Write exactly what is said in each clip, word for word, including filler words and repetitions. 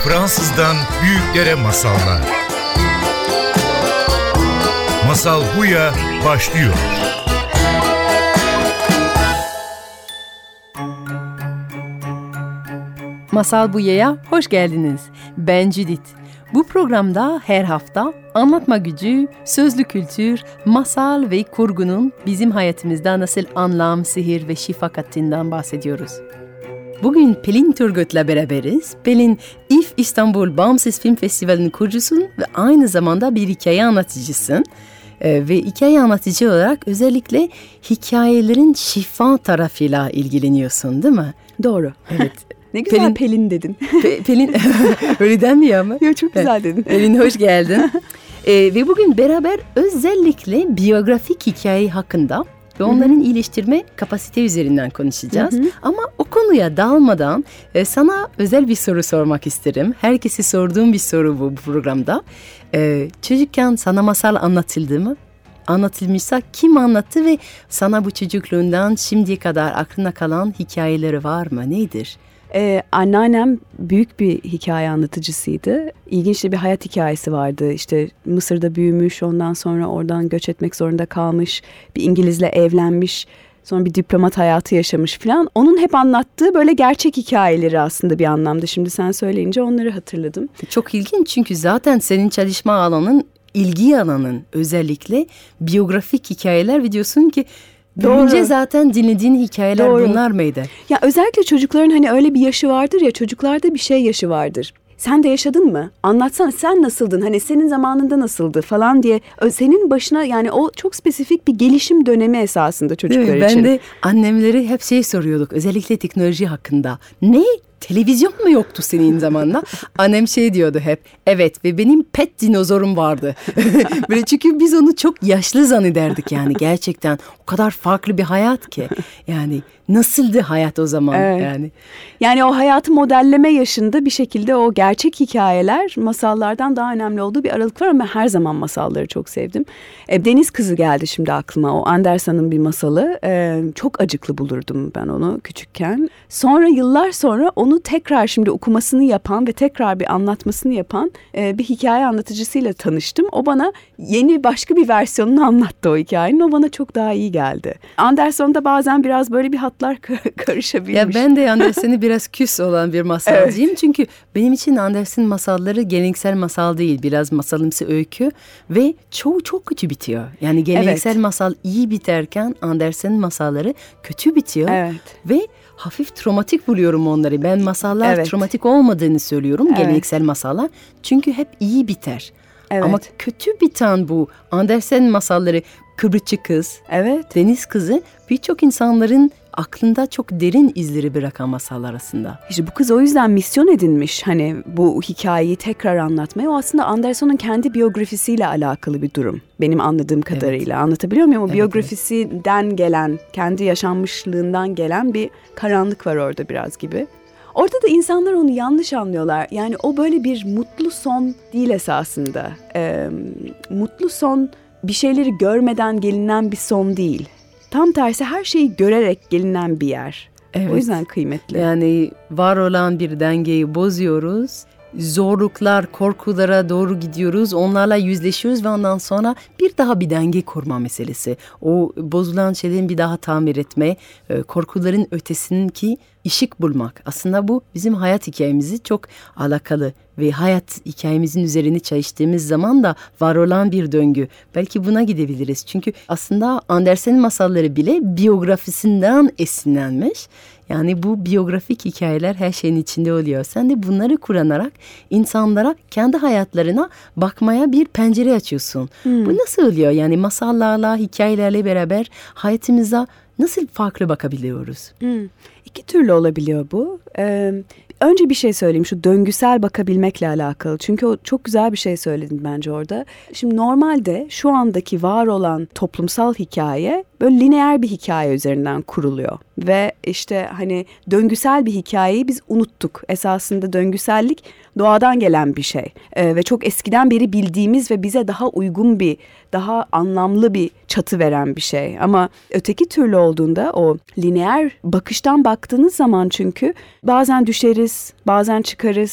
Fransızdan büyüklere masallar. Masal Buya başlıyor. Masal Buya'ya hoş geldiniz. Ben Judith. Bu programda her hafta anlatma gücü, sözlü kültür, masal ve kurgunun bizim hayatımızda nasıl anlam, sihir ve şifa kattığından bahsediyoruz. Bugün Pelin Turgut'la beraberiz. Pelin, İ F İstanbul Bağımsız Film Festivali'nin kurucusun ve aynı zamanda bir hikaye anlatıcısın. Ee, ve hikaye anlatıcı olarak özellikle hikayelerin şifa tarafıyla ilgileniyorsun, değil mi? Doğru. Evet. Ne güzel Pelin, Pelin dedin. Pe- Pelin, öyle denmiyor ama. Yok, çok güzel dedin. Pelin, hoş geldin. ee, ve bugün beraber özellikle biyografik hikaye hakkında ve onların Hı-hı. iyileştirme kapasite üzerinden konuşacağız. Hı-hı. Ama o konuya dalmadan e, sana özel bir soru sormak isterim. Herkese sorduğum bir soru bu, bu programda. E, çocukken sana masal anlatıldı mı? Anlatılmışsa kim anlattı ve sana bu çocukluğundan şimdiye kadar aklına kalan hikayeleri var mı? Nedir? Ee, anneannem büyük bir hikaye anlatıcısıydı. İlginç de bir hayat hikayesi vardı. İşte Mısır'da büyümüş, ondan sonra oradan göç etmek zorunda kalmış. Bir İngilizle evlenmiş, sonra bir diplomat hayatı yaşamış falan. Onun hep anlattığı böyle gerçek hikayeleri aslında bir anlamda. Şimdi sen söyleyince onları hatırladım. Çok ilginç, çünkü zaten senin çalışma alanın, ilgi alanın özellikle biyografik hikayeler ve diyorsun ki Önce zaten dinlediğin hikayeler Doğru. bunlar mıydı? Ya özellikle çocukların hani öyle bir yaşı vardır ya, çocuklarda bir şey yaşı vardır. Sen de yaşadın mı? Anlatsana, sen nasıldın? Hani senin zamanında nasıldı falan diye. Senin başına, yani o çok spesifik bir gelişim dönemi esasında çocuklar ben için. Ben de annemlere hep şey soruyorduk, özellikle teknoloji hakkında. Ne? Televizyon mu yoktu senin zamanında? Annem şey diyordu hep. Evet, ve benim pet dinozorum vardı. Böyle, çünkü biz onu çok yaşlı zannederdik yani gerçekten. O kadar farklı bir hayat ki. Yani nasıldı hayat o zaman evet. yani? Yani o hayatı modelleme yaşında bir şekilde o gerçek hikayeler masallardan daha önemli olduğu bir aralık var, ama her zaman masalları çok sevdim. E, Deniz Kızı geldi şimdi aklıma. O Andersen'ın bir masalı. E, çok acıklı bulurdum ben onu küçükken. Sonra yıllar sonra onu tekrar şimdi okumasını yapan ve tekrar bir anlatmasını yapan e, bir hikaye anlatıcısıyla tanıştım. O bana yeni başka bir versiyonunu anlattı o hikayenin. O bana çok daha iyi geldi. Andersen'da bazen biraz böyle bir hatlar karışabilmiş. Ya ben de Andersen'i biraz küs olan bir masalcıyım. Evet. Çünkü benim için Andersen masalları geleneksel masal değil. Biraz masalımsı öykü ve çoğu çok kötü bitiyor. Yani geleneksel evet. masal iyi biterken Andersen masalları kötü bitiyor. Evet. Ve hafif travmatik buluyorum onları. Ben masallar evet. travmatik olmadığını söylüyorum, evet. geleneksel masallar. Çünkü hep iyi biter. Evet. Ama kötü biten bu Andersen masalları, Kıbrısçı Kız, evet. Deniz Kızı, birçok insanların aklında çok derin izleri bırakan masallar arasında. İşte bu kız o yüzden misyon edinmiş hani bu hikayeyi tekrar anlatmaya. O aslında Andersen'ın kendi biyografisiyle alakalı bir durum. Benim anladığım kadarıyla. Evet. Anlatabiliyor muyum? O evet, biyografisinden evet. gelen, kendi yaşanmışlığından gelen bir karanlık var orada biraz gibi. Orada da insanlar onu yanlış anlıyorlar. Yani o böyle bir mutlu son değil esasında. Ee, mutlu son bir şeyleri görmeden gelinen bir son değil. Tam tersi, her şeyi görerek gelinen bir yer. Evet. O yüzden kıymetli. Yani var olan bir dengeyi bozuyoruz. Zorluklar, korkulara doğru gidiyoruz. Onlarla yüzleşiyoruz ve ondan sonra bir daha bir denge kurma meselesi. O bozulan şeylerin bir daha tamir etme, korkuların ötesindeki ışık bulmak. Aslında bu bizim hayat hikayemizi çok alakalı ve hayat hikayemizin üzerine çalıştığımız zaman da var olan bir döngü. Belki buna gidebiliriz. Çünkü aslında Andersen'in masalları bile biyografisinden esinlenmiş. Yani bu biyografik hikayeler her şeyin içinde oluyor. Sen de bunları kullanarak insanlara kendi hayatlarına bakmaya bir pencere açıyorsun. Hmm. Bu nasıl oluyor? Yani masallarla, hikayelerle beraber hayatımıza nasıl farklı bakabiliyoruz? Hmm. İki türlü olabiliyor bu. Ee, önce bir şey söyleyeyim, şu döngüsel bakabilmekle alakalı. Çünkü o çok güzel bir şey söyledin bence orada. Şimdi normalde şu andaki var olan toplumsal hikaye böyle lineer bir hikaye üzerinden kuruluyor. Ve işte hani döngüsel bir hikayeyi biz unuttuk. Esasında döngüsellik doğadan gelen bir şey. Ee, ve çok eskiden beri bildiğimiz ve bize daha uygun bir, daha anlamlı bir çatı veren bir şey. Ama öteki türlü olduğunda, o lineer bakıştan baktığınız zaman, çünkü bazen düşeriz, bazen çıkarız.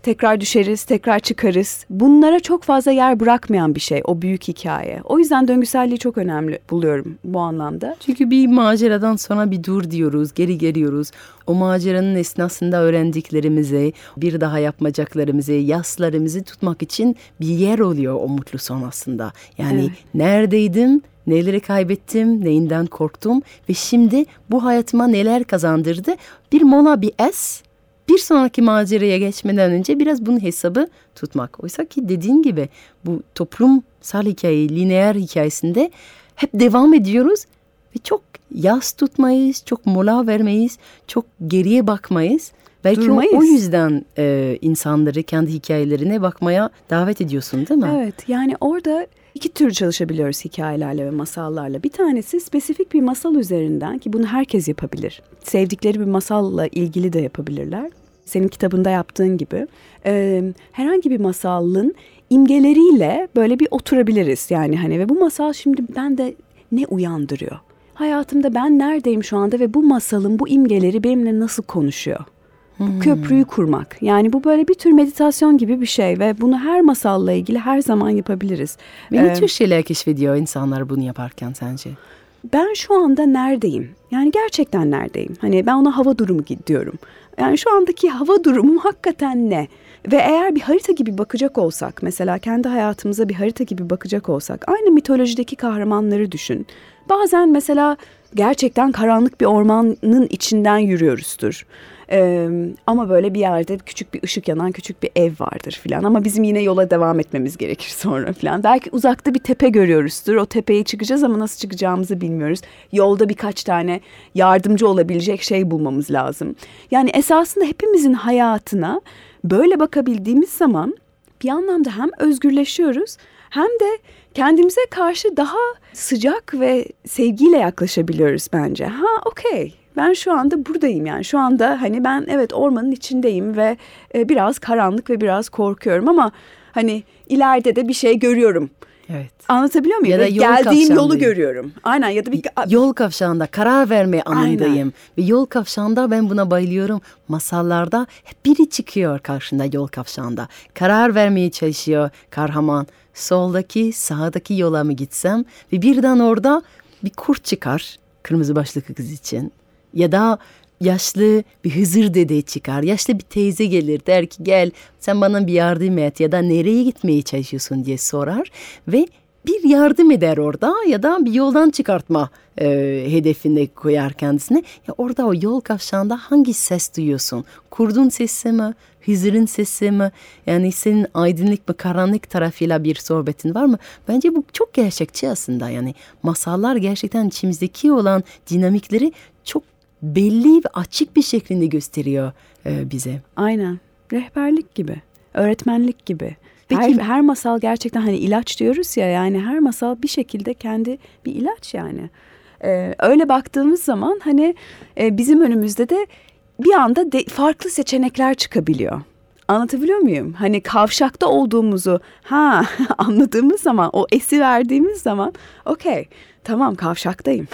tekrar düşeriz, tekrar çıkarız. Bunlara çok fazla yer bırakmayan bir şey o büyük hikaye. O yüzden döngüselliği çok önemli buluyorum bu anlamda. Çünkü bir maceradan sonra bir dur diyoruz, geri geliyoruz. O maceranın esnasında öğrendiklerimizi, bir daha yapmayacaklarımızı, yaslarımızı tutmak için bir yer oluyor o mutlu son aslında. Yani Evet. neredeydim, neleri kaybettim, neyinden korktum ve şimdi bu hayatıma neler kazandırdı? Bir mola, bir es, bir sonraki maceraya geçmeden önce biraz bunun hesabı tutmak. Oysa ki dediğin gibi bu toplumsal hikaye, lineer hikayesinde hep devam ediyoruz ve çok yas tutmayız, çok mola vermeyiz, çok geriye bakmayız. Belki o, Durmayız. o yüzden e, insanları kendi hikayelerine bakmaya davet ediyorsun, değil mi? Evet, yani orada iki tür çalışabiliyoruz hikayelerle ve masallarla. Bir tanesi spesifik bir masal üzerinden, ki bunu herkes yapabilir. Sevdikleri bir masalla ilgili de yapabilirler. Senin kitabında yaptığın gibi. Ee, herhangi bir masalın imgeleriyle böyle bir oturabiliriz. Yani hani ve bu masal şimdi bende ne uyandırıyor? Hayatımda ben neredeyim şu anda ve bu masalın bu imgeleri benimle nasıl konuşuyor? Bu köprüyü kurmak. Yani bu böyle bir tür meditasyon gibi bir şey ve bunu her masalla ilgili her zaman yapabiliriz. Ve ne Ee, tür şeyler keşfediyor insanlar bunu yaparken sence? Ben şu anda neredeyim? Yani gerçekten neredeyim? Hani ben ona hava durumu diyorum. Yani şu andaki hava durumu hakikaten ne? Ve eğer bir harita gibi bakacak olsak, mesela kendi hayatımıza bir harita gibi bakacak olsak, aynı mitolojideki kahramanları düşün. Bazen mesela gerçekten karanlık bir ormanın içinden yürüyoruzdur. Ee, ama böyle bir yerde küçük bir ışık yanan küçük bir ev vardır filan. Ama bizim yine yola devam etmemiz gerekir sonra filan. Belki uzakta bir tepe görüyoruzdur. O tepeye çıkacağız ama nasıl çıkacağımızı bilmiyoruz. Yolda birkaç tane yardımcı olabilecek şey bulmamız lazım. Yani esasında hepimizin hayatına böyle bakabildiğimiz zaman bir anlamda hem özgürleşiyoruz hem de kendimize karşı daha sıcak ve sevgiyle yaklaşabiliyoruz bence. Ha, okey. Ben şu anda buradayım yani. Şu anda hani ben evet ormanın içindeyim ve e, biraz karanlık ve biraz korkuyorum ama hani ileride de bir şey görüyorum. Evet. Anlatabiliyor muyum? Ya da Ve yol geldiğim kavşağındayım. yolu görüyorum. Aynen, ya da bir Yol kavşağında karar verme anındayım. Aynen. Ve yol kavşağında ben buna bayılıyorum. Masallarda hep biri çıkıyor karşında yol kavşağında. Karar vermeye çalışıyor kahraman. Soldaki sağdaki yola mı gitsem? Ve birden orada bir kurt çıkar kırmızı başlıklı kız için. Ya da yaşlı bir Hızır dede çıkar. Yaşlı bir teyze gelir, der ki gel sen bana bir yardım et ya da nereye gitmeye çalışıyorsun diye sorar. Ve bir yardım eder orada ya da bir yoldan çıkartma e, hedefinde koyar kendisine. Ya orada o yol kavşağında hangi ses duyuyorsun? Kurdun sesi mi? Hızır'ın sesi mi? Yani senin aydınlık mı karanlık tarafıyla bir sohbetin var mı? Bence bu çok gerçekçi aslında. Yani masallar gerçekten içimizdeki olan dinamikleri çok belli ve açık bir şekilde gösteriyor e, bize. Aynen. Rehberlik gibi, öğretmenlik gibi. Peki- Her, her masal gerçekten hani ilaç diyoruz ya, yani her masal bir şekilde kendi bir ilaç yani. Ee, öyle baktığımız zaman hani e, bizim önümüzde de bir anda de, farklı seçenekler çıkabiliyor. Anlatabiliyor muyum? Hani kavşakta olduğumuzu ha anladığımız zaman, o esi verdiğimiz zaman okey tamam kavşaktayım.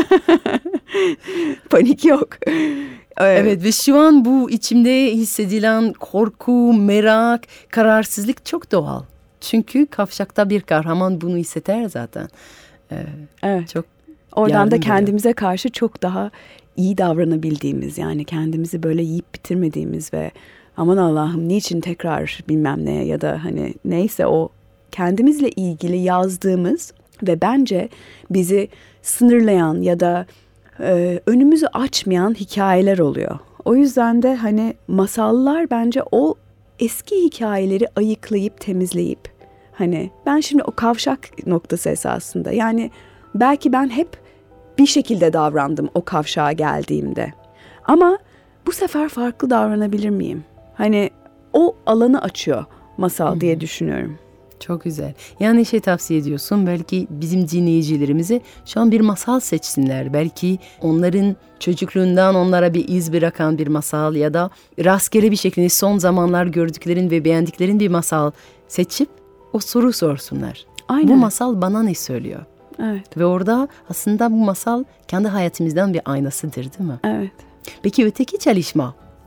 Panik yok. Evet ve şu an bu içimde hissedilen korku, merak, kararsızlık çok doğal. Çünkü kavşakta bir kahraman bunu hisseder zaten. Ee, Evet. Çok Oradan yardım da veriyor. kendimize karşı çok daha iyi davranabildiğimiz, yani kendimizi böyle yiyip bitirmediğimiz ve aman Allah'ım niçin tekrar bilmem ne ya da hani neyse o kendimizle ilgili yazdığımız ve bence bizi sınırlayan ya da e, önümüzü açmayan hikayeler oluyor. O yüzden de hani masallar bence o eski hikayeleri ayıklayıp temizleyip, hani ben şimdi o kavşak noktası esasında, yani belki ben hep bir şekilde davrandım o kavşağa geldiğimde. Ama bu sefer farklı davranabilir miyim? Hani o alanı açıyor masal diye düşünüyorum. Çok güzel. Yani şey tavsiye ediyorsun, belki bizim dinleyicilerimize şu an bir masal seçsinler. Belki onların çocukluğundan onlara bir iz bırakan bir masal ya da rastgele bir şekilde son zamanlar gördüklerin ve beğendiklerin bir masal seçip o soru sorsunlar. Aynen. Bu masal bana ne söylüyor? Evet, Ve orada aslında bu masal kendi hayatımızdan bir aynasıdır, değil mi? evet. Peki öteki çalışma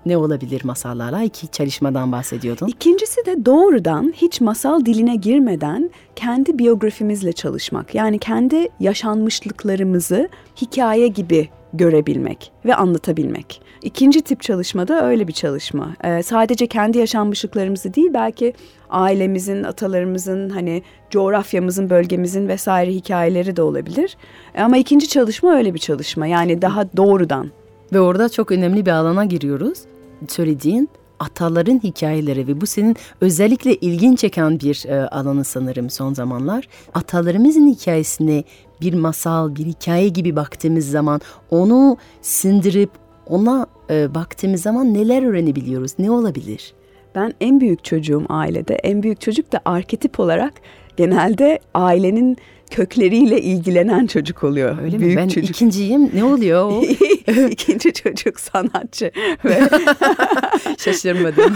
ne olabilir masallarla? İki çalışmadan bahsediyordun. İkincisi de doğrudan hiç masal diline girmeden kendi biyografimizle çalışmak. Yani kendi yaşanmışlıklarımızı hikaye gibi görebilmek ve anlatabilmek. İkinci tip çalışma da öyle bir çalışma. Ee, sadece kendi yaşanmışlıklarımızı değil, belki ailemizin, atalarımızın, hani coğrafyamızın, bölgemizin vesaire hikayeleri de olabilir. Ama ikinci çalışma öyle bir çalışma. Yani daha doğrudan. Ve orada çok önemli bir alana giriyoruz. Söylediğin ataların hikayeleri ve bu senin özellikle ilgin çeken bir e, alanı sanırım son zamanlar. Atalarımızın hikayesine bir masal, bir hikaye gibi baktığımız zaman, onu sindirip ona e, baktığımız zaman neler öğrenebiliyoruz, ne olabilir? Ben en büyük çocuğum ailede. En büyük çocuk da arketip olarak genelde ailenin kökleriyle ilgilenen çocuk oluyor. Öyle büyük mi? Ben çocuk. ikinciyim. Ne oluyor o? İkinci çocuk sanatçı. Ve şaşırmadım.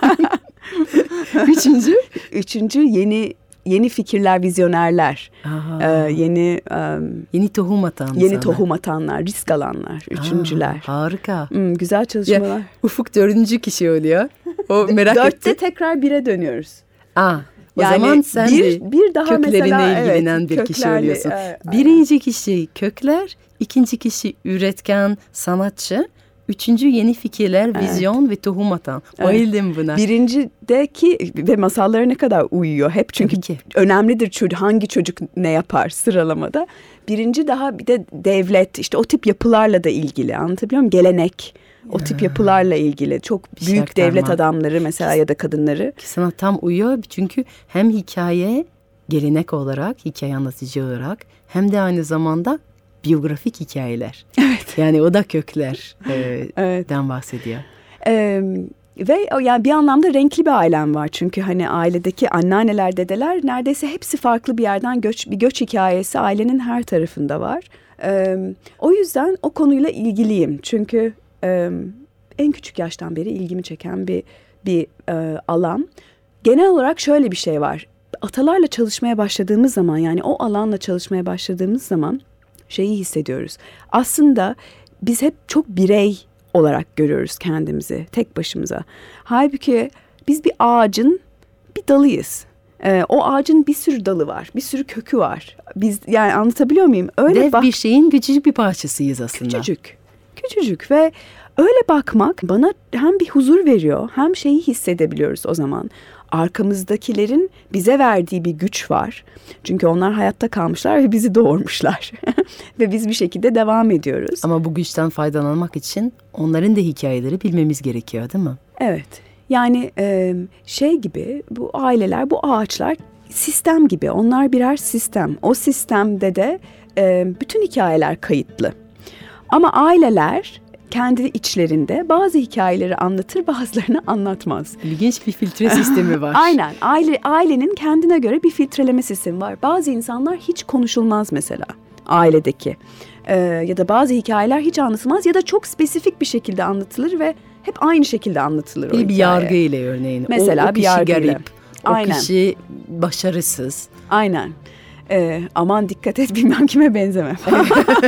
Üçüncü? Üçüncü yeni yeni fikirler, vizyonerler. Ee, yeni um, yeni tohum atan. Yeni sana. tohum atanlar, risk alanlar, üçüncüler. Aa, harika. Hmm, güzel çalışmalar. Ya, Ufuk dördüncü kişi oluyor. O merak Dörtte etti. tekrar bire dönüyoruz. Aa, o yani zaman sen bir, de bir daha köklerine mesela, ilgilenen evet, bir kişi köklerle, oluyorsun. E, Birinci kişi kökler, ikinci kişi üretken, sanatçı, üçüncü yeni fikirler, evet. vizyon ve tohum atan. Evet. Bayıldım buna. Birincideki ve masallara ne kadar uyuyor hep, çünkü önemlidir çocuk, hangi çocuk ne yapar sıralamada. Birinci daha bir de devlet, işte o tip yapılarla da ilgili, anlatabiliyor muyum? Gelenek. O tip yapılarla ilgili çok Bir büyük şey devlet aktarma. adamları mesela ya da kadınları. Sana tam uyuyor çünkü hem hikaye, gelenek olarak, hikaye anlatıcı olarak, hem de aynı zamanda biyografik hikayeler. Evet. Yani o da köklerden e, evet. bahsediyor. Ee, ve yani bir anlamda renkli bir ailem var. Çünkü hani ailedeki anneanneler, dedeler neredeyse hepsi farklı bir yerden göç, bir göç hikayesi ailenin her tarafında var. Ee, o yüzden o konuyla ilgiliyim. Çünkü e, en küçük yaştan beri ilgimi çeken bir bir e, alan. Genel olarak şöyle bir şey var. Atalarla çalışmaya başladığımız zaman, yani o alanla çalışmaya başladığımız zaman şeyi hissediyoruz. Aslında biz hep çok birey olarak görüyoruz kendimizi tek başımıza. Halbuki biz bir ağacın bir dalıyız. Ee, o ağacın bir sürü dalı var, bir sürü kökü var. Biz, yani anlatabiliyor muyum? Öyle Dev bak- bir şeyin küçücük bir parçasıyız aslında. Küçücük, küçücük ve öyle bakmak bana hem bir huzur veriyor, hem şeyi hissedebiliyoruz o zaman. Arkamızdakilerin bize verdiği bir güç var. Çünkü onlar hayatta kalmışlar ve bizi doğurmuşlar. Ve biz bir şekilde devam ediyoruz. Ama bu güçten faydalanmak için onların da hikayeleri bilmemiz gerekiyor, değil mi? Evet. Yani e, şey gibi, bu aileler, bu ağaçlar sistem gibi. Onlar birer sistem. O sistemde de e, bütün hikayeler kayıtlı. Ama aileler kendi içlerinde bazı hikayeleri anlatır, bazılarını anlatmaz. İlginç bir filtre sistemi var. Aynen. Aile, ailenin kendine göre bir filtreleme sistemi var. Bazı insanlar hiç konuşulmaz mesela ailedeki. Ee, ya da bazı hikayeler hiç anlatılmaz ya da çok spesifik bir şekilde anlatılır ve hep aynı şekilde anlatılır o Bir, hikaye. bir yargıyla örneğin. Mesela o, o bir kişi yargıyla. garip. O Aynen. kişi başarısız. Aynen. Ee, aman dikkat et, bilmem kime benzeme falan.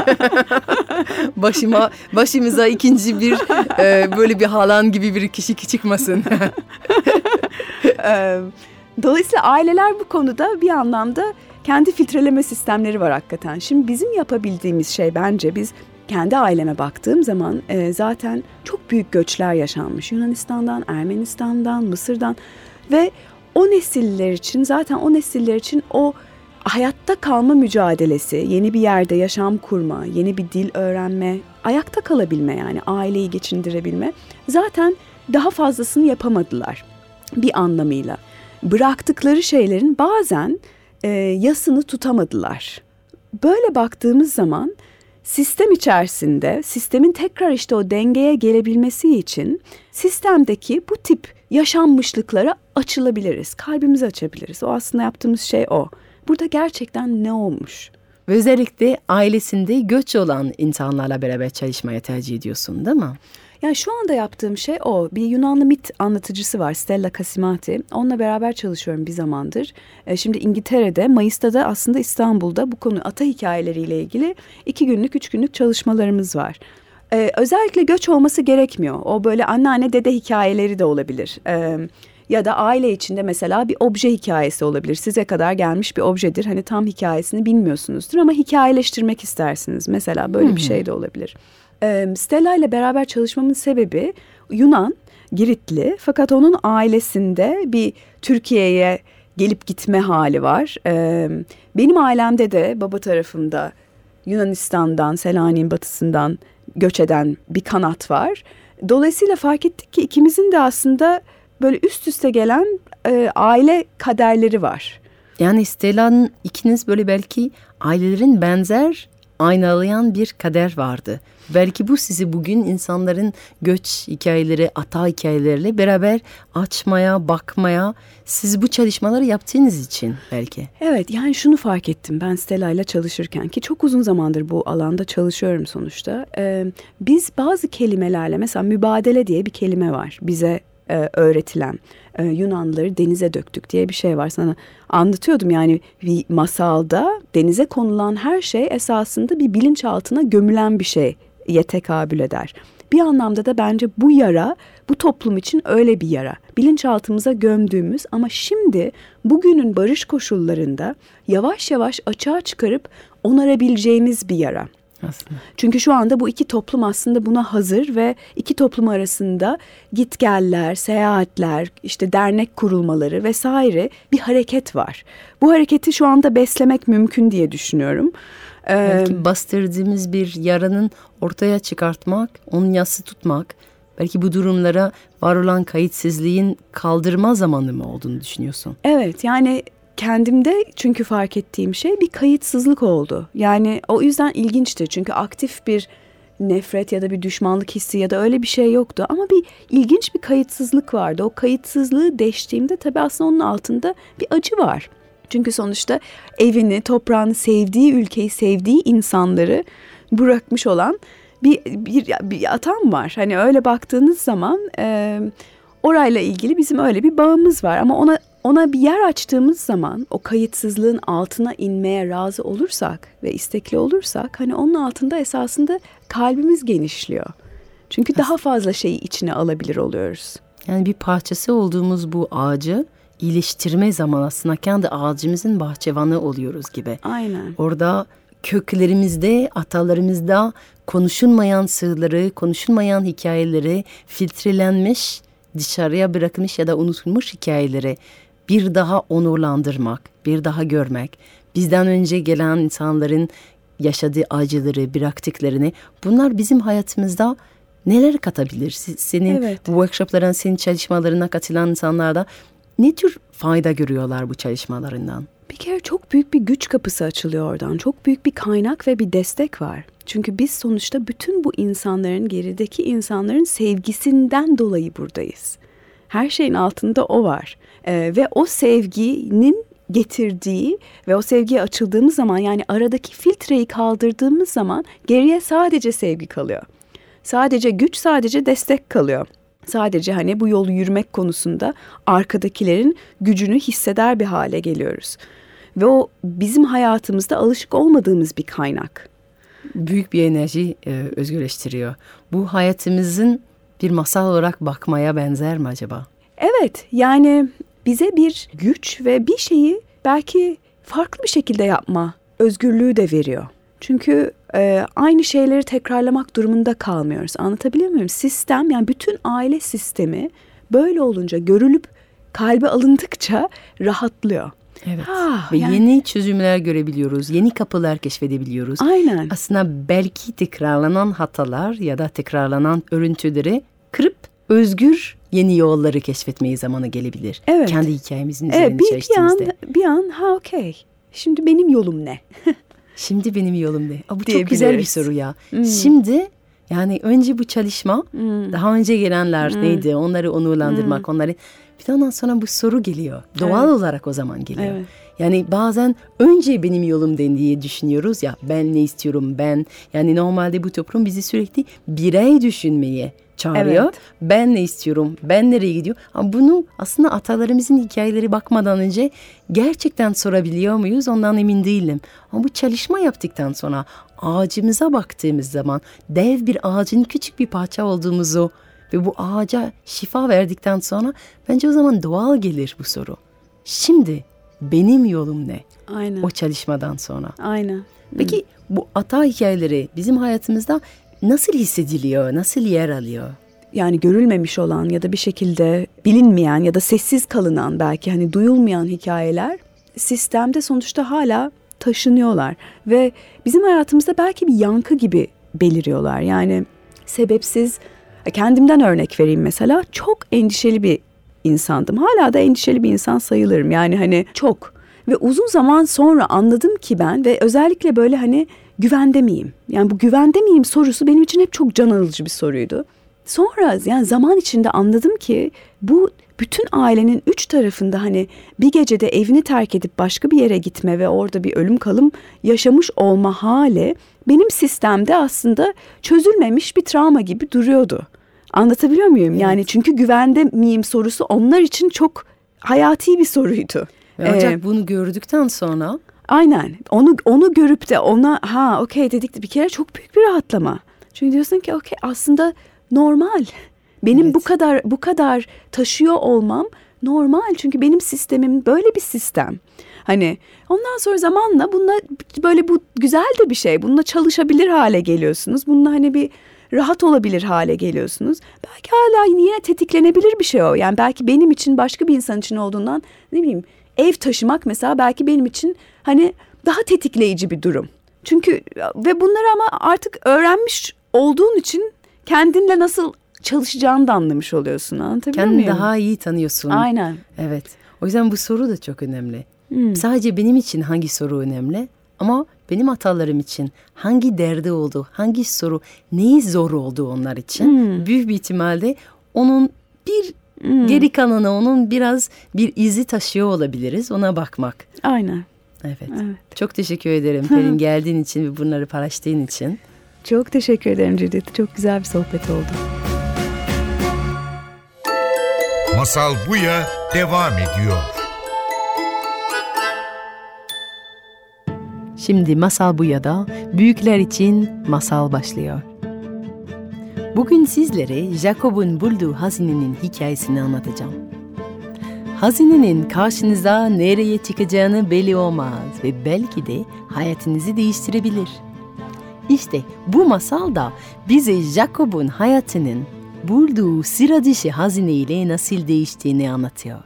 Başıma, başımıza ikinci bir e, böyle bir halan gibi bir kişi çıkmasın. Ee, Dolayısıyla aileler bu konuda bir anlamda kendi filtreleme sistemleri var hakikaten. Şimdi bizim yapabildiğimiz şey, bence biz kendi aileme baktığım zaman e, zaten çok büyük göçler yaşanmış. Yunanistan'dan, Ermenistan'dan, Mısır'dan ve o nesiller için, zaten o nesiller için o hayatta kalma mücadelesi, yeni bir yerde yaşam kurma, yeni bir dil öğrenme, ayakta kalabilme, yani aileyi geçindirebilme, zaten daha fazlasını yapamadılar bir anlamıyla. Bıraktıkları şeylerin bazen e, yasını tutamadılar. Böyle baktığımız zaman sistem içerisinde, sistemin tekrar işte o dengeye gelebilmesi için sistemdeki bu tip yaşanmışlıklara açılabiliriz, kalbimizi açabiliriz. O aslında yaptığımız şey o. Burada gerçekten ne olmuş? Ve özellikle ailesinde göç olan insanlarla beraber çalışmaya tercih ediyorsun, değil mi? Yani şu anda yaptığım şey o. Bir Yunanlı mit anlatıcısı var, Stella Kasimati. Onunla beraber çalışıyorum bir zamandır. E, şimdi İngiltere'de, Mayıs'ta da aslında İstanbul'da bu konu ata hikayeleriyle ilgili iki günlük, üç günlük çalışmalarımız var. Ee, özellikle göç olması gerekmiyor. O böyle anneanne dede hikayeleri de olabilir. Ee, ya da aile içinde mesela bir obje hikayesi olabilir. Size kadar gelmiş bir objedir. Hani tam hikayesini bilmiyorsunuzdur ama hikayeleştirmek istersiniz. Mesela böyle Hı-hı. bir şey de olabilir. Ee, Stella ile beraber çalışmamın sebebi Yunan, Giritli. Fakat onun ailesinde bir Türkiye'ye gelip gitme hali var. Ee, benim ailemde de baba tarafımda Yunanistan'dan, Selanik'in batısından göç eden bir kanat var. Dolayısıyla fark ettik ki ikimizin de aslında böyle üst üste gelen e, aile kaderleri var. Yani Stella'nın ikiniz böyle belki ailelerin benzer aynalayan bir kader vardı. Belki bu sizi bugün insanların göç hikayeleri, ata hikayeleriyle beraber açmaya, bakmaya, siz bu çalışmaları yaptığınız için belki. Evet, yani şunu fark ettim ben Stella ile çalışırken ki çok uzun zamandır bu alanda çalışıyorum sonuçta. Ee, biz bazı kelimelerle mesela mübadele diye bir kelime var bize e, öğretilen. Ee, Yunanlıları denize döktük diye bir şey var, sana anlatıyordum. Yani bir masalda denize konulan her şey esasında bir bilinçaltına gömülen bir şeye tekabül eder. Bir anlamda da bence bu yara bu toplum için öyle bir yara. Bilinçaltımıza gömdüğümüz ama şimdi bugünün barış koşullarında yavaş yavaş açığa çıkarıp onarabileceğimiz bir yara. Aslında. Çünkü şu anda bu iki toplum aslında buna hazır ve iki toplum arasında gitgeller, seyahatler, işte dernek kurulmaları vesaire bir hareket var. Bu hareketi şu anda beslemek mümkün diye düşünüyorum. Belki bastırdığımız bir yaranın ortaya çıkartmak, onun yası tutmak, belki bu durumlara var olan kayıtsızlığın kaldırma zamanı mı olduğunu düşünüyorsun? Evet, yani kendimde çünkü fark ettiğim şey bir kayıtsızlık oldu. Yani o yüzden ilginçti çünkü aktif bir nefret ya da bir düşmanlık hissi ya da öyle bir şey yoktu. Ama bir ilginç bir kayıtsızlık vardı. O kayıtsızlığı deştiğimde tabii aslında onun altında bir acı var. Çünkü sonuçta evini, toprağını, sevdiği ülkeyi, sevdiği insanları bırakmış olan bir, bir, bir atam var. Hani öyle baktığınız zaman e, orayla ilgili bizim öyle bir bağımız var. Ama ona ona bir yer açtığımız zaman o kayıtsızlığın altına inmeye razı olursak ve istekli olursak hani onun altında esasında kalbimiz genişliyor. Çünkü Aslında. daha fazla şeyi içine alabilir oluyoruz. Yani bir parçası olduğumuz bu ağacı iyileştirme zamanı aslında kendi ağacımızın bahçıvanı oluyoruz gibi. Aynen. Orada köklerimizde, atalarımızda konuşulmayan sırları, konuşulmayan hikayeleri, filtrelenmiş, dışarıya bırakılmış ya da unutulmuş hikayeleri bir daha onurlandırmak, bir daha görmek, bizden önce gelen insanların yaşadığı acıları, bıraktıklarını, bunlar bizim hayatımızda neler katabilir? Senin evet. bu workshopların, senin çalışmalarına katılan insanlarda ne tür fayda görüyorlar bu çalışmalarından? Bir kere çok büyük bir güç kapısı açılıyor oradan. Çok büyük bir kaynak ve bir destek var. Çünkü biz sonuçta bütün bu insanların, gerideki insanların sevgisinden dolayı buradayız. Her şeyin altında o var. Ee, ve o sevginin getirdiği ve o sevgiye açıldığımız zaman, yani aradaki filtreyi kaldırdığımız zaman geriye sadece sevgi kalıyor. Sadece güç, sadece destek kalıyor. Sadece hani bu yolu yürümek konusunda arkadakilerin gücünü hisseder bir hale geliyoruz. Ve o bizim hayatımızda alışık olmadığımız bir kaynak. Büyük bir enerji e, özgürleştiriyor. Bu hayatımızın bir masal olarak bakmaya benzer mi acaba? Evet, yani bize bir güç ve bir şeyi belki farklı bir şekilde yapma özgürlüğü de veriyor. Çünkü e, aynı şeyleri tekrarlamak durumunda kalmıyoruz. Anlatabiliyor muyum? Sistem, yani bütün aile sistemi böyle olunca, görülüp kalbe alındıkça rahatlıyor. Evet. Ha, ve yani yeni çözümler görebiliyoruz. Yeni kapılar keşfedebiliyoruz. Aynen. Aslında belki tekrarlanan hatalar ya da tekrarlanan örüntüleri kırıp özgür yeni yolları keşfetmeyi zamanı gelebilir. Evet. Kendi hikayemizin üzerine evet, bir, çalıştığımızda. Bir an, bir an ha okey. Şimdi benim yolum ne? Şimdi benim yolum ne? Aa, bu çok güzel bir soru ya. Hmm. Şimdi yani önce bu çalışma, hmm. daha önce gelenler hmm. neydi? Onları onurlandırmak, hmm. onları... Bir de ondan sonra bu soru geliyor. Doğal evet. olarak o zaman geliyor. Evet. Yani bazen önce benim yolum den diye düşünüyoruz ya, ben ne istiyorum ben. Yani normalde bu toplum bizi sürekli birey düşünmeye çağırıyor. Evet. Ben ne istiyorum, ben nereye gidiyorum. Ama bunu aslında atalarımızın hikayeleri bakmadan önce gerçekten sorabiliyor muyuz? Ondan emin değilim. Ama bu çalışma yaptıktan sonra ağacımıza baktığımız zaman dev bir ağacın küçük bir parça olduğumuzu ve bu ağaca şifa verdikten sonra bence o zaman doğal gelir bu soru. Şimdi benim yolum ne? Aynen. O çalışmadan sonra. Aynen. Peki hmm. bu ata hikayeleri bizim hayatımızda nasıl hissediliyor, nasıl yer alıyor? Yani görülmemiş olan ya da bir şekilde bilinmeyen ya da sessiz kalınan, belki hani duyulmayan hikayeler sistemde sonuçta hala taşınıyorlar ve bizim hayatımızda belki bir yankı gibi beliriyorlar. Yani sebepsiz, kendimden örnek vereyim mesela, çok endişeli bir insandım. Hala da endişeli bir insan sayılırım. Yani hani çok ve uzun zaman sonra anladım ki ben ve özellikle böyle hani güvende miyim? Yani bu güvende miyim sorusu benim için hep çok can alıcı bir soruydu. Sonra yani zaman içinde anladım ki bu bütün ailenin üç tarafında hani bir gecede evini terk edip başka bir yere gitme ve orada bir ölüm kalım yaşamış olma hali benim sistemde aslında çözülmemiş bir travma gibi duruyordu. Anlatabiliyor muyum? Evet. Yani çünkü güvende miyim sorusu onlar için çok hayati bir soruydu. Ve ancak ee, bunu gördükten sonra... Aynen. Onu onu görüp de ona ha okey dedik de bir kere çok büyük bir rahatlama. Çünkü diyorsun ki okey aslında normal. Benim evet. bu kadar bu kadar taşıyor olmam normal. Çünkü benim sistemim böyle bir sistem. Hani ondan sonra zamanla bununla böyle bu güzel de bir şey. Bununla çalışabilir hale geliyorsunuz. Bununla hani bir rahat olabilir hale geliyorsunuz. Belki hala yine tetiklenebilir bir şey o. Yani belki benim için başka bir insan için olduğundan ne bileyim ev taşımak mesela belki benim için hani daha tetikleyici bir durum. Çünkü ve bunları ama artık öğrenmiş olduğun için kendinle nasıl çalışacağını da anlamış oluyorsun. Anlatabiliyor muyum? Kendini daha iyi tanıyorsun. Aynen. Evet. O yüzden bu soru da çok önemli. Hmm. Sadece benim için hangi soru önemli? Ama benim atalarım için hangi derdi oldu, hangi soru, neyi zor oldu onlar için? Hmm. Büyük bir ihtimalle onun bir hmm. geri kalanı, onun biraz bir izi taşıyor olabiliriz. Ona bakmak. Aynen. Evet. evet. Çok teşekkür ederim Pelin geldiğin için ve bunları paylaştığın için. Çok teşekkür ederim Judith. Çok güzel bir sohbet oldu. Masal Buya devam ediyor. Şimdi Masal Buya'da büyükler için masal başlıyor. Bugün sizlere Jacob'un bulduğu hazinenin hikayesini anlatacağım. Hazinenin karşınıza nereye çıkacağını belli olmaz ve belki de hayatınızı değiştirebilir. İşte bu masal da bize Jacob'un hayatının bulduğu sıra dışı hazineyle nasıl değiştiğini anlatıyor.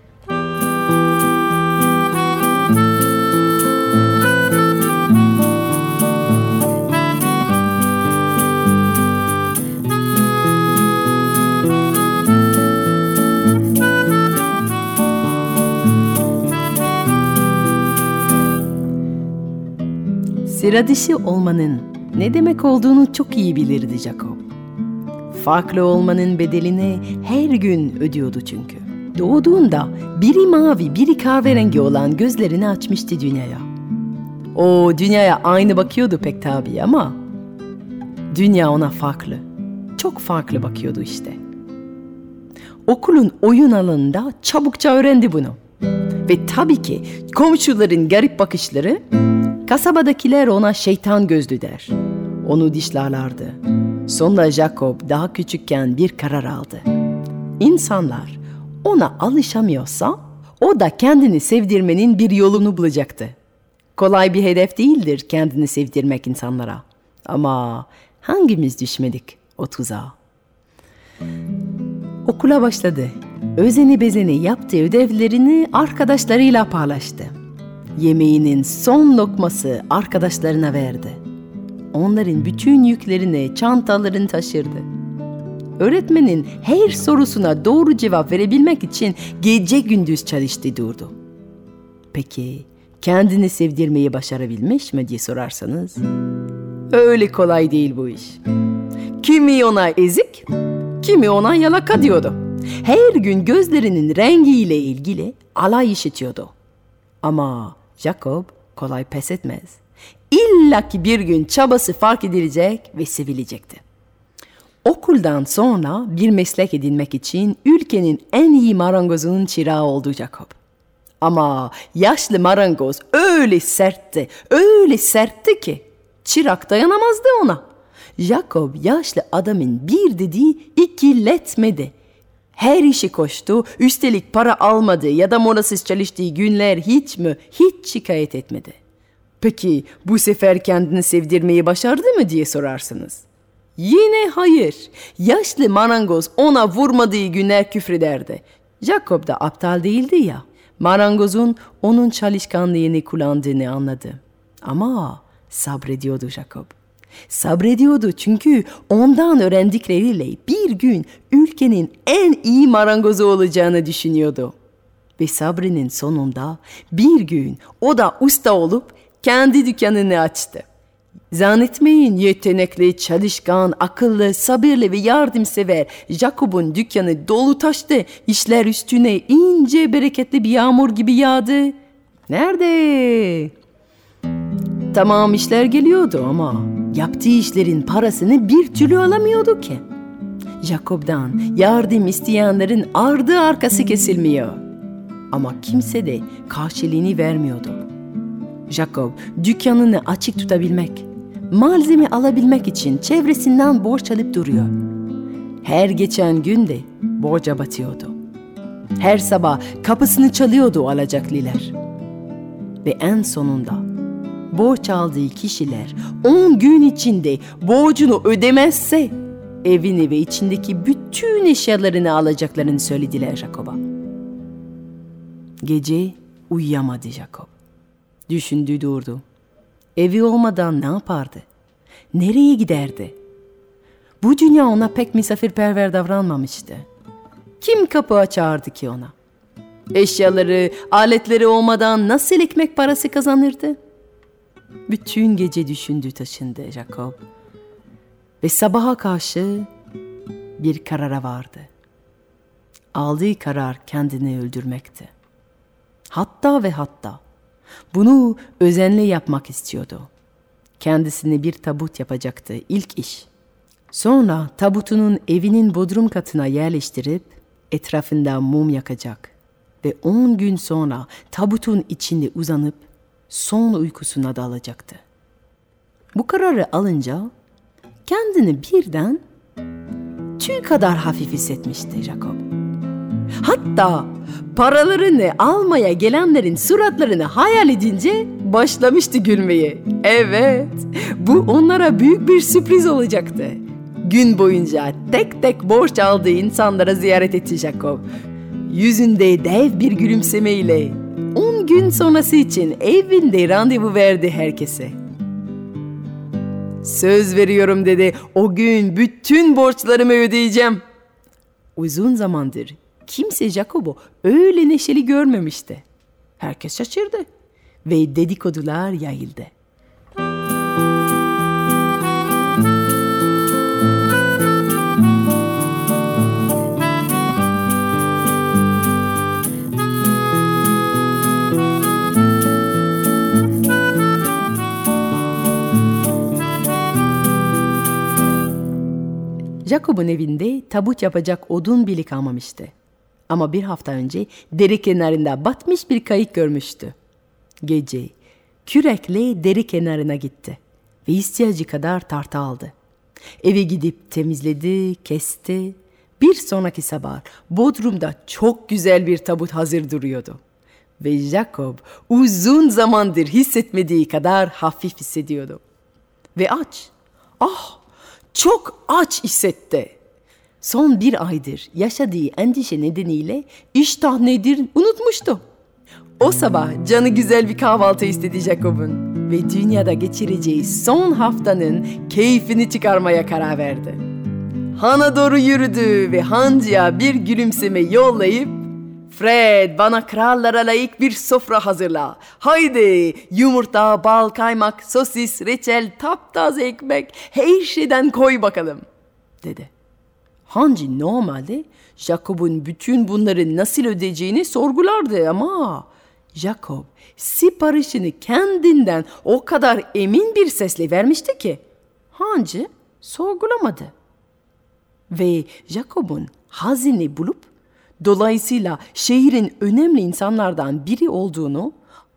Sıra dışı olmanın ne demek olduğunu çok iyi bilirdi Jacob. Farklı olmanın bedelini her gün ödüyordu çünkü. Doğduğunda biri mavi, biri kahverengi olan gözlerini açmıştı dünyaya. O dünyaya aynı bakıyordu pek tabii ama dünya ona farklı, çok farklı bakıyordu işte. Okulun oyun alanında çabukça öğrendi bunu. Ve tabii ki komşuların garip bakışları, kasabadakiler ona şeytan gözlü der. Onu dışlarlardı. Sonra Jacob daha küçükken bir karar aldı. İnsanlar ona alışamıyorsa o da kendini sevdirmenin bir yolunu bulacaktı. Kolay bir hedef değildir kendini sevdirmek insanlara. Ama hangimiz düşmedik o tuzağa? Okula başladı. Özeni bezeni yaptığı ödevlerini arkadaşlarıyla paylaştı. Yemeğinin son lokması arkadaşlarına verdi. Onların bütün yüklerini, çantalarını taşırdı. Öğretmenin her sorusuna doğru cevap verebilmek için gece gündüz çalıştı durdu. Peki kendini sevdirmeyi başarabilmiş mi diye sorarsanız, öyle kolay değil bu iş. Kimi ona ezik, kimi ona yalaka diyordu. Her gün gözlerinin rengiyle ilgili alay işitiyordu. Ama Jacob kolay pes etmez. İlla ki bir gün çabası fark edilecek ve sevilecekti. Okuldan sonra bir meslek edinmek için ülkenin en iyi marangozunun çırağı oldu Jacob. Ama yaşlı marangoz öyle sertti, öyle sertti ki çırak dayanamazdı ona. Jacob yaşlı adamın bir dediği ikiletmedi. Her işi koştu, üstelik para almadı ya da molasız çalıştığı günler hiç mi hiç şikayet etmedi. Peki bu sefer kendini sevdirmeyi başardı mı diye sorarsınız. Yine hayır. Yaşlı marangoz ona vurmadığı günler küfrederdi. Jacob da aptal değildi ya. Marangozun onun çalışkanlığını kullandığını anladı. Ama sabrediyordu Jacob. Sabrediyordu çünkü ondan öğrendikleriyle bir gün ülkenin en iyi marangozu olacağını düşünüyordu. Ve sabrının sonunda bir gün o da usta olup kendi dükkanını açtı. Zannetmeyin yetenekli, çalışkan, akıllı, sabırlı ve yardımsever Jacob'un dükkanı dolu taştı. İşler üstüne ince bereketli bir yağmur gibi yağdı. Nerede? Tamam işler geliyordu ama yaptığı işlerin parasını bir türlü alamıyordu ki. Jacob'dan yardım isteyenlerin ardı arkası kesilmiyor. Ama kimse de karşılığını vermiyordu. Jacob dükkanını açık tutabilmek, malzeme alabilmek için çevresinden borç alıp duruyor. Her geçen günde borca batıyordu. Her sabah kapısını çalıyordu alacaklılar. Ve en sonunda borç aldığı kişiler on gün içinde borcunu ödemezse evini ve içindeki bütün eşyalarını alacaklarını söylediler Jacob'a. Gece uyuyamadı Jacob. Düşündü durdu. Evi olmadan ne yapardı? Nereye giderdi? Bu dünya ona pek misafirperver davranmamıştı. Kim kapı açardı ki ona? Eşyaları, aletleri olmadan nasıl ekmek parası kazanırdı? Bütün gece düşündü taşındı Jacob. Ve sabaha karşı bir karara vardı. Aldığı karar kendini öldürmekti. Hatta ve hatta bunu özenle yapmak istiyordu. Kendisine bir tabut yapacaktı ilk iş. Sonra tabutunun evinin bodrum katına yerleştirip etrafında mum yakacak. Ve on gün sonra tabutun içinde uzanıp son uykusuna dalacaktı. Bu kararı alınca kendini birden tüy kadar hafif hissetmişti Jacob. Hatta paralarını almaya gelenlerin suratlarını hayal edince başlamıştı gülmeye. Evet, bu onlara büyük bir sürpriz olacaktı. Gün boyunca tek tek borç aldığı insanlara ziyaret etti Jacob. Yüzünde dev bir gülümsemeyle on gün sonrası için evinde randevu verdi herkese. Söz veriyorum dedi, o gün bütün borçlarımı ödeyeceğim. Uzun zamandır kimse Jacob'u öyle neşeli görmemişti. Herkes şaşırdı ve dedikodular yayıldı. Jacob'un evinde tabut yapacak odun bile kalmamıştı. Ama bir hafta önce dere kenarında batmış bir kayık görmüştü. Gece kürekle dere kenarına gitti ve ihtiyacı kadar tartı aldı. Eve gidip temizledi, kesti. Bir sonraki sabah bodrumda çok güzel bir tabut hazır duruyordu. Ve Jacob uzun zamandır hissetmediği kadar hafif hissediyordu. Ve aç, ah çok aç hissetti. Son bir aydır yaşadığı endişe nedeniyle iştah nedir unutmuştu. O sabah canı güzel bir kahvaltı istedi Jacob'un ve dünyada geçireceği son haftanın keyfini çıkarmaya karar verdi. Han'a doğru yürüdü ve hancıya bir gülümseme yollayıp "Fred, bana krallara layık bir sofra hazırla. Haydi yumurta, bal, kaymak, sosis, reçel, taptaze ekmek, her şeyden koy bakalım," dedi. Hancı normalde Jacob'un bütün bunları nasıl ödeyeceğini sorgulardı ama Jacob siparişini kendinden o kadar emin bir sesle vermişti ki hancı sorgulamadı. Ve Jacob'un hazine bulup dolayısıyla şehrin önemli insanlardan biri olduğunu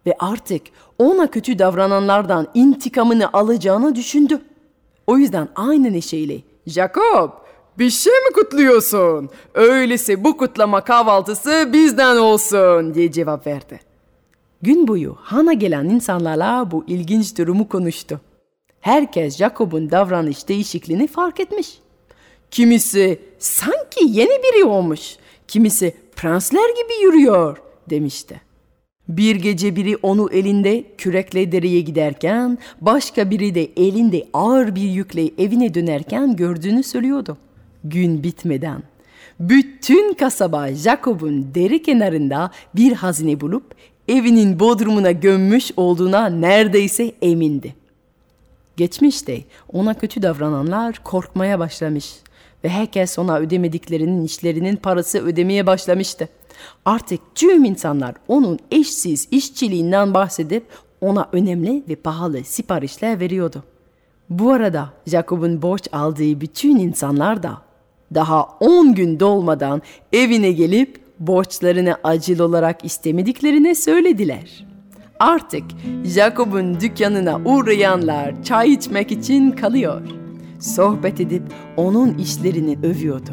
ve artık ona kötü davrananlardan intikamını alacağını düşündü. O yüzden aynı neşeyle "Jacob, bir şey mi kutluyorsun? Öyleyse bu kutlama kahvaltısı bizden olsun" diye cevap verdi. Gün boyu hana gelen insanlarla bu ilginç durumu konuştu. Herkes Jacob'un davranış değişikliğini fark etmiş. Kimisi sanki yeni biri olmuş, kimisi prensler gibi yürüyor demişti. Bir gece biri onu elinde kürekle dereye giderken, başka biri de elinde ağır bir yükle evine dönerken gördüğünü söylüyordu. Gün bitmeden bütün kasaba Jacob'un dere kenarında bir hazine bulup evinin bodrumuna gömmüş olduğuna neredeyse emindi. Geçmişte ona kötü davrananlar korkmaya başlamış ve herkes ona ödemediklerinin işlerinin parası ödemeye başlamıştı. Artık tüm insanlar onun eşsiz işçiliğinden bahsedip ona önemli ve pahalı siparişler veriyordu. Bu arada Jacob'un borç aldığı bütün insanlar da daha on gün dolmadan evine gelip borçlarını acil olarak istemediklerini söylediler. Artık Jacob'un dükkanına uğrayanlar çay içmek için kalıyor. Sohbet edip onun işlerini övüyordu.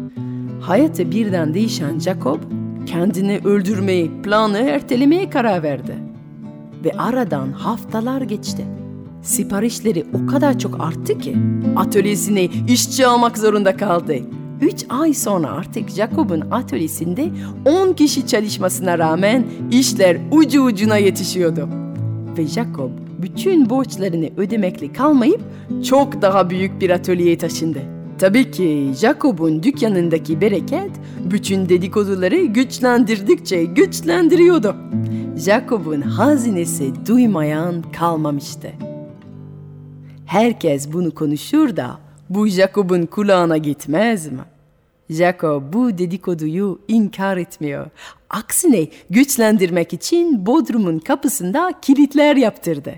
Hayatı birden değişen Jacob kendini öldürmeyi, planı ertelemeye karar verdi. Ve aradan haftalar geçti. Siparişleri o kadar çok arttı ki atölyesine işçi almak zorunda kaldı. Üç ay sonra artık Jacob'un atölyesinde on kişi çalışmasına rağmen işler ucu ucuna yetişiyordu. Ve Jacob bütün borçlarını ödemekle kalmayıp çok daha büyük bir atölyeye taşındı. Tabii ki Jacob'un dükkanındaki bereket bütün dedikoduları güçlendirdikçe güçlendiriyordu. Jacob'un hazinesi duymayan kalmamıştı. Herkes bunu konuşur da bu Jacob'un kulağına gitmez mi? Jacob bu dedikoduyu inkar etmiyor. Aksine güçlendirmek için bodrumun kapısında kilitler yaptırdı.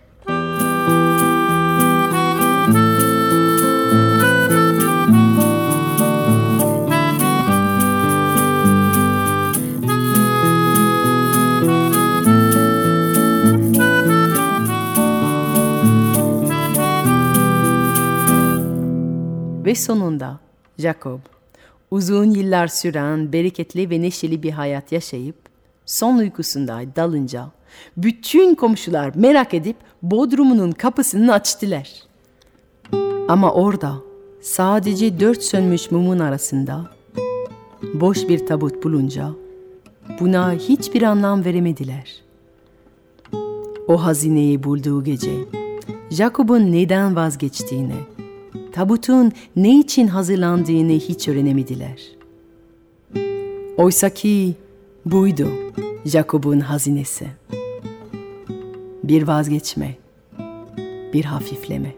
Ve sonunda Jacob uzun yıllar süren bereketli ve neşeli bir hayat yaşayıp son uykusunda dalınca bütün komşular merak edip bodrumunun kapısını açtılar. Ama orada sadece dört sönmüş mumun arasında boş bir tabut bulunca buna hiçbir anlam veremediler. O hazineyi bulduğu gece Jacob'un neden vazgeçtiğini, tabutun ne için hazırlandığını hiç öğrenemediler. Oysaki buydu Jacob'un hazinesi. Bir vazgeçme, bir hafifleme.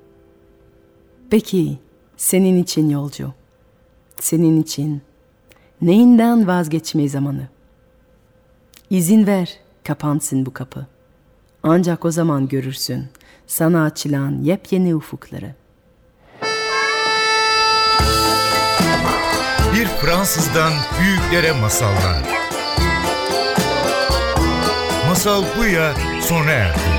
Peki senin için yolcu, senin için neyinden vazgeçme zamanı? İzin ver kapansın bu kapı. Ancak o zaman görürsün sana açılan yepyeni ufukları. Bir Fransızdan büyüklere masallar. Masal Buya sona erdi.